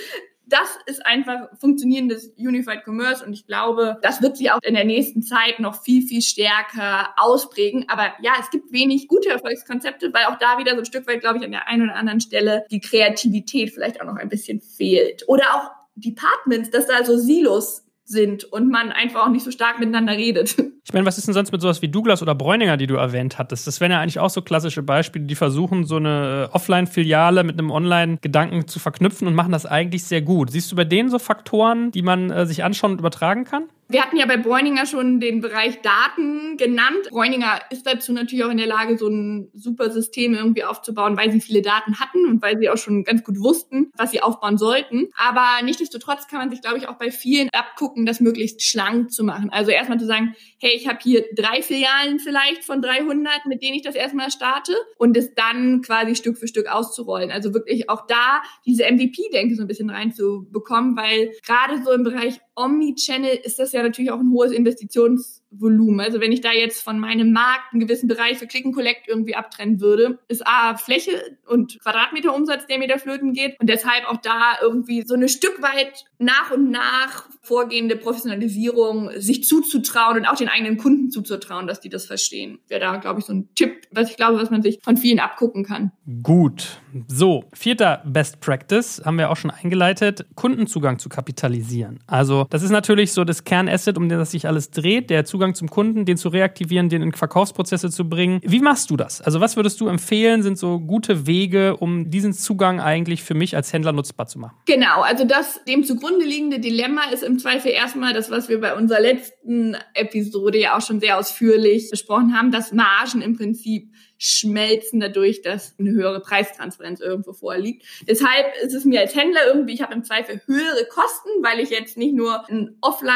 das ist einfach funktionierendes Unified Commerce und ich glaube, das wird sich auch in der nächsten Zeit noch viel, viel stärker ausprägen. Aber ja, es gibt wenig gute Erfolgskonzepte, weil auch da wieder so ein Stück weit, glaube ich, an der einen oder anderen Stelle die Kreativität vielleicht auch noch ein bisschen fehlt. Oder auch Departments, dass da so Silos sind und man einfach auch nicht so stark miteinander redet. Ich meine, was ist denn sonst mit sowas wie Douglas oder Bräuninger, die du erwähnt hattest? Das wären ja eigentlich auch so klassische Beispiele, die versuchen, so eine Offline-Filiale mit einem Online-Gedanken zu verknüpfen und machen das eigentlich sehr gut. Siehst du bei denen so Faktoren, die man äh, sich anschauen und übertragen kann? Wir hatten ja bei Bräuninger schon den Bereich Daten genannt. Bräuninger ist dazu natürlich auch in der Lage, so ein super System irgendwie aufzubauen, weil sie viele Daten hatten und weil sie auch schon ganz gut wussten, was sie aufbauen sollten. Aber nichtsdestotrotz kann man sich, glaube ich, auch bei vielen abgucken, das möglichst schlank zu machen. Also erstmal zu sagen, hey, ich habe hier drei Filialen vielleicht von dreihundert, mit denen ich das erstmal starte und es dann quasi Stück für Stück auszurollen. Also wirklich auch da diese M V P-Denke so ein bisschen reinzubekommen, weil gerade so im Bereich Omnichannel ist das ja natürlich auch ein hohes Investitionsvolumen. Also wenn ich da jetzt von meinem Markt einen gewissen Bereich für Click and Collect irgendwie abtrennen würde, ist A, Fläche und Quadratmeterumsatz, der mir da flöten geht. Und deshalb auch da irgendwie so eine Stück weit nach und nach vorgehende Professionalisierung sich zuzutrauen und auch den eigenen Kunden zuzutrauen, dass die das verstehen. Wäre da, glaube ich, so ein Tipp, was ich glaube, was man sich von vielen abgucken kann. Gut. So, vierter Best Practice haben wir auch schon eingeleitet, Kundenzugang zu kapitalisieren. Also das ist natürlich so das Kernasset, um das sich alles dreht, der Zugang zum Kunden, den zu reaktivieren, den in Verkaufsprozesse zu bringen. Wie machst du das? Also was würdest du empfehlen, sind so gute Wege, um diesen Zugang eigentlich für mich als Händler nutzbar zu machen? Genau, also das dem zugrunde liegende Dilemma ist im Zweifel erstmal das, was wir bei unserer letzten Episode ja auch schon sehr ausführlich besprochen haben, dass Margen im Prinzip schmelzen dadurch, dass eine höhere Preistransparenz irgendwo vorliegt. Deshalb ist es mir als Händler irgendwie, ich habe im Zweifel höhere Kosten, weil ich jetzt nicht nur eine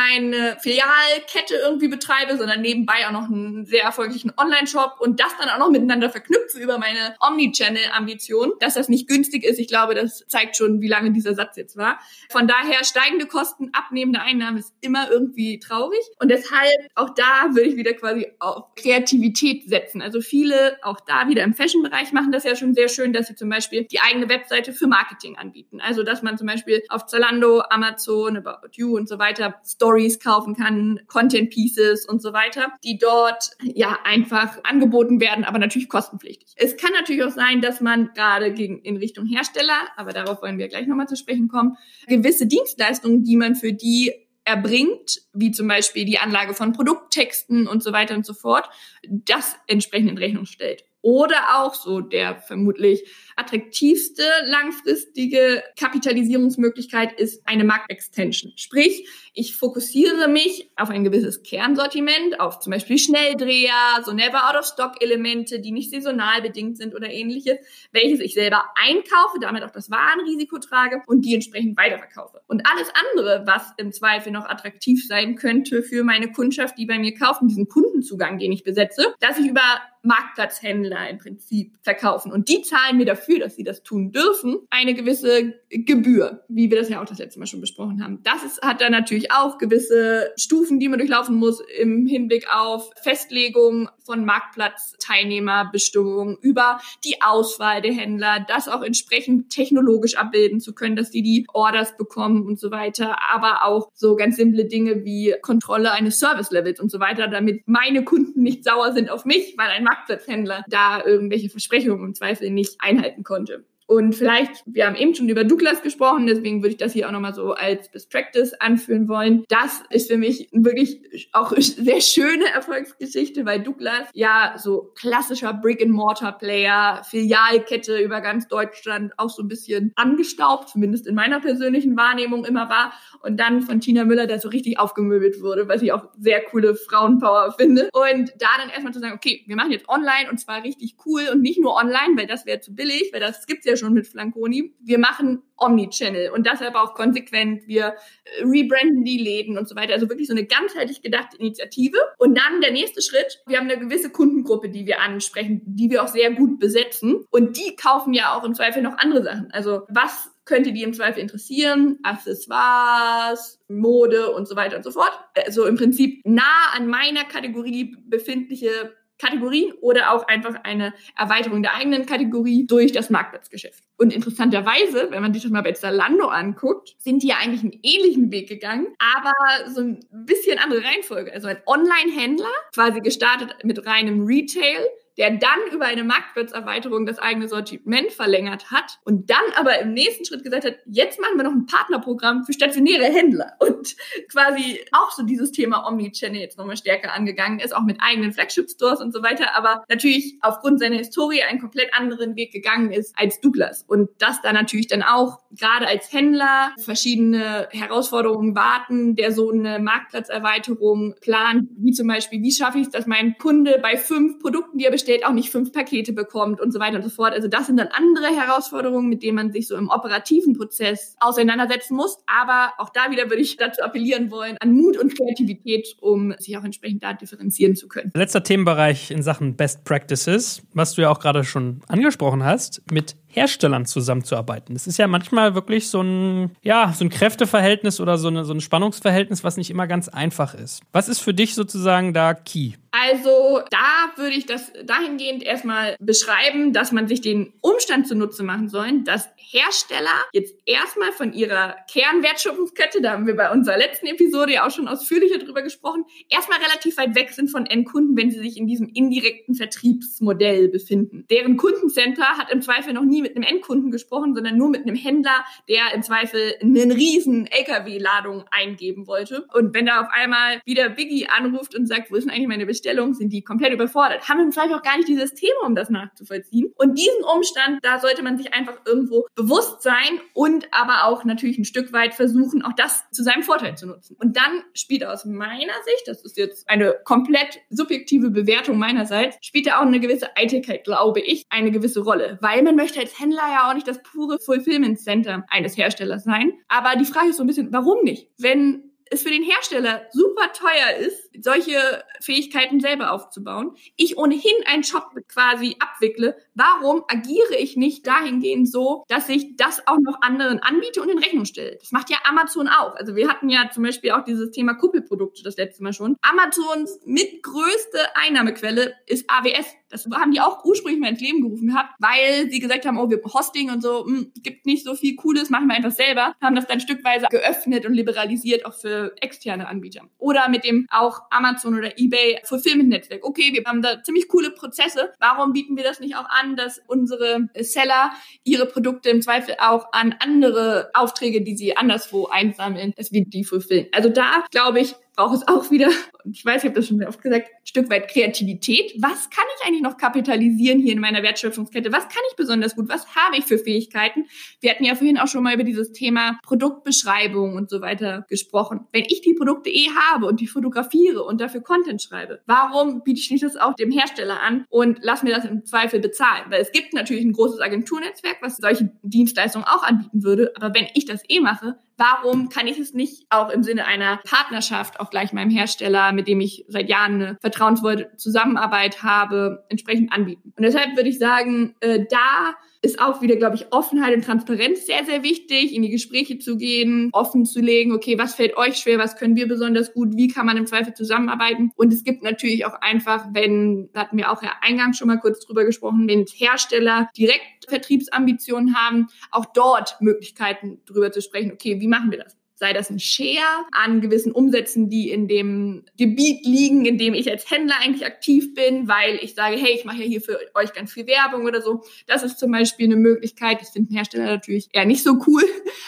Offline-Filialkette irgendwie betreibe, sondern nebenbei auch noch einen sehr erfolgreichen Online-Shop und das dann auch noch miteinander verknüpfe über meine Omnichannel-Ambition. Dass das nicht günstig ist, ich glaube, das zeigt schon, wie lange dieser Satz jetzt war. Von daher steigende Kosten, abnehmende Einnahmen ist immer irgendwie traurig und deshalb auch da würde ich wieder quasi auf Kreativität setzen. Also viele auch da wieder im Fashion-Bereich machen das ja schon sehr schön, dass sie zum Beispiel die eigene Webseite für Marketing anbieten. Also, dass man zum Beispiel auf Zalando, Amazon, About You und so weiter Stories kaufen kann, Content Pieces und so weiter, die dort ja einfach angeboten werden, aber natürlich kostenpflichtig. Es kann natürlich auch sein, dass man gerade gegen in Richtung Hersteller, aber darauf wollen wir gleich nochmal zu sprechen kommen, gewisse Dienstleistungen, die man für die erbringt, wie zum Beispiel die Anlage von Produkttexten und so weiter und so fort, das entsprechend in Rechnung stellt. Oder auch so der vermutlich attraktivste langfristige Kapitalisierungsmöglichkeit ist eine Marktextension. Sprich, ich fokussiere mich auf ein gewisses Kernsortiment, auf zum Beispiel Schnelldreher, so Never-Out-of-Stock-Elemente, die nicht saisonal bedingt sind oder ähnliches, welches ich selber einkaufe, damit auch das Warenrisiko trage und die entsprechend weiterverkaufe. Und alles andere, was im Zweifel noch attraktiv sein könnte für meine Kundschaft, die bei mir kaufen, diesen Kundenzugang, den ich besetze, dass ich über Marktplatzhändler im Prinzip verkaufen. Und die zahlen mir dafür, dass sie das tun dürfen, eine gewisse Gebühr, wie wir das ja auch das letzte Mal schon besprochen haben. Das ist, hat dann natürlich auch gewisse Stufen, die man durchlaufen muss im Hinblick auf Festlegung von Marktplatzteilnehmerbestimmungen über die Auswahl der Händler, das auch entsprechend technologisch abbilden zu können, dass die die Orders bekommen und so weiter, aber auch so ganz simple Dinge wie Kontrolle eines Service-Levels und so weiter, damit meine Kunden nicht sauer sind auf mich, weil ein Marktplatzhändler da irgendwelche Versprechungen im Zweifel nicht einhalten konnte. Und vielleicht, wir haben eben schon über Douglas gesprochen, deswegen würde ich das hier auch nochmal so als Best Practice anführen wollen. Das ist für mich wirklich auch eine sehr schöne Erfolgsgeschichte, weil Douglas ja so klassischer Brick-and-Mortar-Player, Filialkette über ganz Deutschland auch so ein bisschen angestaubt, zumindest in meiner persönlichen Wahrnehmung immer war. Und dann von Tina Müller, der so richtig aufgemöbelt wurde, was ich auch sehr coole Frauenpower finde. Und da dann erstmal zu sagen, okay, wir machen jetzt online und zwar richtig cool und nicht nur online, weil das wäre zu billig, weil das gibt's ja schon mit Flaconi. Wir machen Omnichannel und deshalb auch konsequent. Wir rebranden die Läden und so weiter. Also wirklich so eine ganzheitlich gedachte Initiative. Und dann der nächste Schritt. Wir haben eine gewisse Kundengruppe, die wir ansprechen, die wir auch sehr gut besetzen. Und die kaufen ja auch im Zweifel noch andere Sachen. Also was könnte die im Zweifel interessieren? Accessoires, Mode und so weiter und so fort. Also im Prinzip nah an meiner Kategorie befindliche Kategorien oder auch einfach eine Erweiterung der eigenen Kategorie durch das Marktplatzgeschäft. Und interessanterweise, wenn man sich das mal bei Zalando anguckt, sind die ja eigentlich einen ähnlichen Weg gegangen, aber so ein bisschen andere Reihenfolge. Also ein Online-Händler, quasi gestartet mit reinem Retail, der dann über eine Marktplatzerweiterung das eigene Sortiment verlängert hat und dann aber im nächsten Schritt gesagt hat, jetzt machen wir noch ein Partnerprogramm für stationäre Händler und quasi auch so dieses Thema Omnichannel jetzt nochmal stärker angegangen ist, auch mit eigenen Flagship-Stores und so weiter, aber natürlich aufgrund seiner Historie einen komplett anderen Weg gegangen ist als Douglas und das da natürlich dann auch gerade als Händler verschiedene Herausforderungen warten, der so eine Marktplatzerweiterung plant, wie zum Beispiel, wie schaffe ich es, dass mein Kunde bei fünf Produkten, die er bestellt, auch nicht fünf Pakete bekommt und so weiter und so fort. Also das sind dann andere Herausforderungen, mit denen man sich so im operativen Prozess auseinandersetzen muss. Aber auch da wieder würde ich dazu appellieren wollen, an Mut und Kreativität, um sich auch entsprechend da differenzieren zu können. Letzter Themenbereich in Sachen Best Practices, was du ja auch gerade schon angesprochen hast, mit Herstellern zusammenzuarbeiten. Das ist ja manchmal wirklich so ein, ja, so ein Kräfteverhältnis oder so, eine, so ein Spannungsverhältnis, was nicht immer ganz einfach ist. Was ist für dich sozusagen da key? Also da würde ich das dahingehend erstmal beschreiben, dass man sich den Umstand zunutze machen soll, dass Hersteller jetzt erstmal von ihrer Kernwertschöpfungskette, da haben wir bei unserer letzten Episode ja auch schon ausführlicher drüber gesprochen, erstmal relativ weit weg sind von Endkunden, wenn sie sich in diesem indirekten Vertriebsmodell befinden. Deren Kundencenter hat im Zweifel noch nie mit einem Endkunden gesprochen, sondern nur mit einem Händler, der im Zweifel einen riesen L K W-Ladung eingeben wollte. Und wenn da auf einmal wieder Biggie anruft und sagt, wo ist denn eigentlich meine Bestellung, sind die komplett überfordert. Haben im Zweifel auch gar nicht die Systeme, um das nachzuvollziehen. Und diesen Umstand, da sollte man sich einfach irgendwo bewusst sein und aber auch natürlich ein Stück weit versuchen, auch das zu seinem Vorteil zu nutzen. Und dann spielt aus meiner Sicht, das ist jetzt eine komplett subjektive Bewertung meinerseits, spielt da auch eine gewisse Eitelkeit, glaube ich, eine gewisse Rolle. Weil man möchte als Händler ja auch nicht das pure Fulfillment Center eines Herstellers sein. Aber die Frage ist so ein bisschen, warum nicht? Wenn es für den Hersteller super teuer ist, solche Fähigkeiten selber aufzubauen, ich ohnehin einen Shop quasi abwickle, warum agiere ich nicht dahingehend so, dass ich das auch noch anderen anbiete und in Rechnung stelle? Das macht ja Amazon auch. Also wir hatten ja zum Beispiel auch dieses Thema Kuppelprodukte das letzte Mal schon. Amazons mitgrößte Einnahmequelle ist A W S. Das haben die auch ursprünglich mal ins Leben gerufen gehabt, weil sie gesagt haben, oh, wir Hosting und so, mh, gibt nicht so viel Cooles, machen wir einfach selber. Haben das dann stückweise geöffnet und liberalisiert, auch für externe Anbieter. Oder mit dem auch Amazon oder eBay Fulfillment-Netzwerk. Okay, wir haben da ziemlich coole Prozesse. Warum bieten wir das nicht auch an, dass unsere Seller ihre Produkte im Zweifel auch an andere Aufträge, die sie anderswo einsammeln, dass wir die fulfillen? Also da, glaube ich, braucht es auch wieder, und ich weiß, ich habe das schon sehr oft gesagt, ein Stück weit Kreativität. Was kann ich eigentlich noch kapitalisieren hier in meiner Wertschöpfungskette? Was kann ich besonders gut? Was habe ich für Fähigkeiten? Wir hatten ja vorhin auch schon mal über dieses Thema Produktbeschreibung und so weiter gesprochen. Wenn ich die Produkte eh habe und die fotografiere und dafür Content schreibe, warum biete ich nicht das auch dem Hersteller an und lass mir das im Zweifel bezahlen? Weil es gibt natürlich ein großes Agenturnetzwerk, was solche Dienstleistungen auch anbieten würde. Aber wenn ich das eh mache, warum kann ich es nicht auch im Sinne einer Partnerschaft auch gleich meinem Hersteller, mit dem ich seit Jahren eine vertrauensvolle Zusammenarbeit habe, entsprechend anbieten? Und deshalb würde ich sagen, äh, da ist auch wieder, glaube ich, Offenheit und Transparenz sehr, sehr wichtig, in die Gespräche zu gehen, offen zu legen, okay, was fällt euch schwer, was können wir besonders gut, wie kann man im Zweifel zusammenarbeiten? Und es gibt natürlich auch einfach, wenn, da hatten wir auch ja eingangs schon mal kurz drüber gesprochen, wenn Hersteller direkt Vertriebsambitionen haben, auch dort Möglichkeiten drüber zu sprechen, okay, wie machen wir das? Sei das ein Share an gewissen Umsätzen, die in dem Gebiet liegen, in dem ich als Händler eigentlich aktiv bin, weil ich sage, hey, ich mache ja hier für euch ganz viel Werbung oder so. Das ist zum Beispiel eine Möglichkeit. Das finden Hersteller natürlich eher nicht so cool,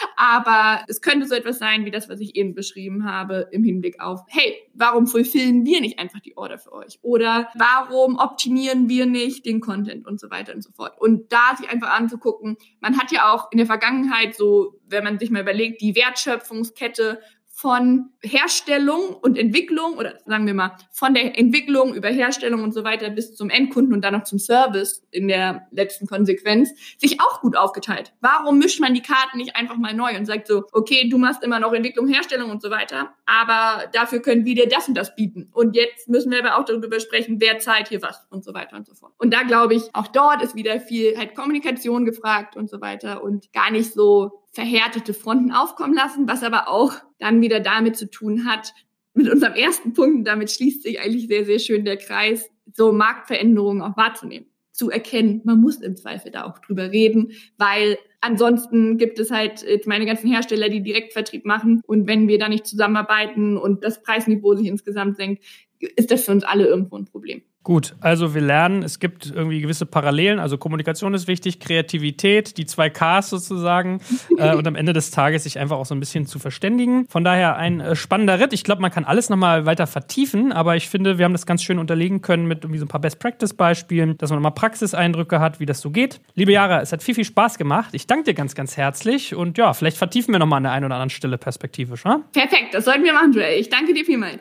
aber es könnte so etwas sein, wie das, was ich eben beschrieben habe, im Hinblick auf, hey, warum fulfillen wir nicht einfach die Order für euch? Oder warum optimieren wir nicht den Content und so weiter und so fort? Und da sich einfach anzugucken, man hat ja auch in der Vergangenheit so, wenn man sich mal überlegt, die Wertschöpfungskette von Herstellung und Entwicklung oder sagen wir mal von der Entwicklung über Herstellung und so weiter bis zum Endkunden und dann noch zum Service in der letzten Konsequenz sich auch gut aufgeteilt. Warum mischt man die Karten nicht einfach mal neu und sagt so, okay, du machst immer noch Entwicklung, Herstellung und so weiter, aber dafür können wir dir das und das bieten. Und jetzt müssen wir aber auch darüber sprechen, wer zahlt hier was und so weiter und so fort. Und da glaube ich, auch dort ist wieder viel halt Kommunikation gefragt und so weiter und gar nicht so verhärtete Fronten aufkommen lassen, was aber auch dann wieder damit zu tun hat, mit unserem ersten Punkt, damit schließt sich eigentlich sehr, sehr schön der Kreis, so Marktveränderungen auch wahrzunehmen, zu erkennen. Man muss im Zweifel da auch drüber reden, weil ansonsten gibt es halt jetzt meine ganzen Hersteller, die Direktvertrieb machen und wenn wir da nicht zusammenarbeiten und das Preisniveau sich insgesamt senkt, ist das für uns alle irgendwo ein Problem. Gut, also wir lernen, es gibt irgendwie gewisse Parallelen, also Kommunikation ist wichtig, Kreativität, die zwei Ks sozusagen äh, und am Ende des Tages sich einfach auch so ein bisschen zu verständigen. Von daher ein äh, spannender Ritt. Ich glaube, man kann alles nochmal weiter vertiefen, aber ich finde, wir haben das ganz schön unterlegen können mit irgendwie so ein paar Best-Practice-Beispielen, dass man nochmal Praxiseindrücke hat, wie das so geht. Liebe Yara, es hat viel, viel Spaß gemacht. Ich danke dir ganz, ganz herzlich und ja, vielleicht vertiefen wir nochmal an der einen oder anderen Stelle perspektivisch, wa? Perfekt, das sollten wir machen, Joel. Ich danke dir vielmals.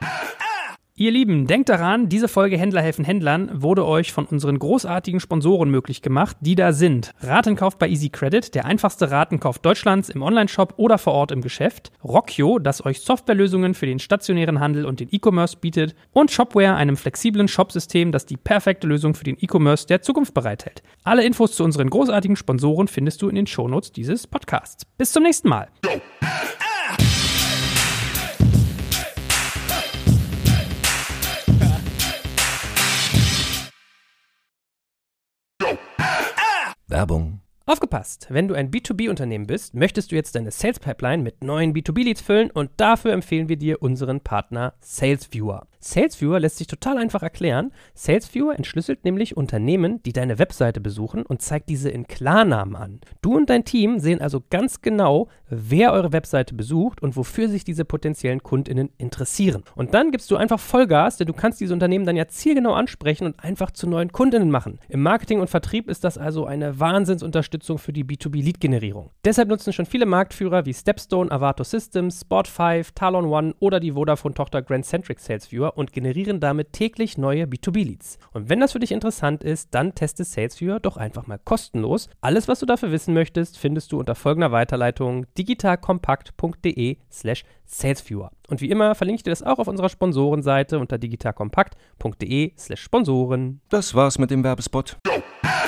Ihr Lieben, denkt daran, diese Folge Händler helfen Händlern wurde euch von unseren großartigen Sponsoren möglich gemacht, die da sind. Ratenkauf bei Easy Credit, der einfachste Ratenkauf Deutschlands im Onlineshop oder vor Ort im Geschäft. Rockio, das euch Softwarelösungen für den stationären Handel und den E-Commerce bietet. Und Shopware, einem flexiblen Shopsystem, das die perfekte Lösung für den E-Commerce der Zukunft bereithält. Alle Infos zu unseren großartigen Sponsoren findest du in den Shownotes dieses Podcasts. Bis zum nächsten Mal. Werbung. Aufgepasst! Wenn du ein B zwei B-Unternehmen bist, möchtest du jetzt deine Sales-Pipeline mit neuen B zwei B-Leads füllen und dafür empfehlen wir dir unseren Partner SalesViewer. SalesViewer lässt sich total einfach erklären. SalesViewer entschlüsselt nämlich Unternehmen, die deine Webseite besuchen und zeigt diese in Klarnamen an. Du und dein Team sehen also ganz genau, wer eure Webseite besucht und wofür sich diese potenziellen KundInnen interessieren. Und dann gibst du einfach Vollgas, denn du kannst diese Unternehmen dann ja zielgenau ansprechen und einfach zu neuen KundInnen machen. Im Marketing und Vertrieb ist das also eine Wahnsinnsunterstützung für die B zwei B-Lead-Generierung. Deshalb nutzen schon viele Marktführer wie Stepstone, Avato Systems, Spot fünf, Talon One oder die Vodafone-Tochter Grand Centric SalesViewer und generieren damit täglich neue B zwei B-Leads. Und wenn das für dich interessant ist, dann teste SalesViewer doch einfach mal kostenlos. Alles, was du dafür wissen möchtest, findest du unter folgender Weiterleitung digitalkompakt.de slash salesviewer. Und wie immer verlinke ich dir das auch auf unserer Sponsorenseite unter digitalkompakt.de slash Sponsoren. Das war's mit dem Werbespot.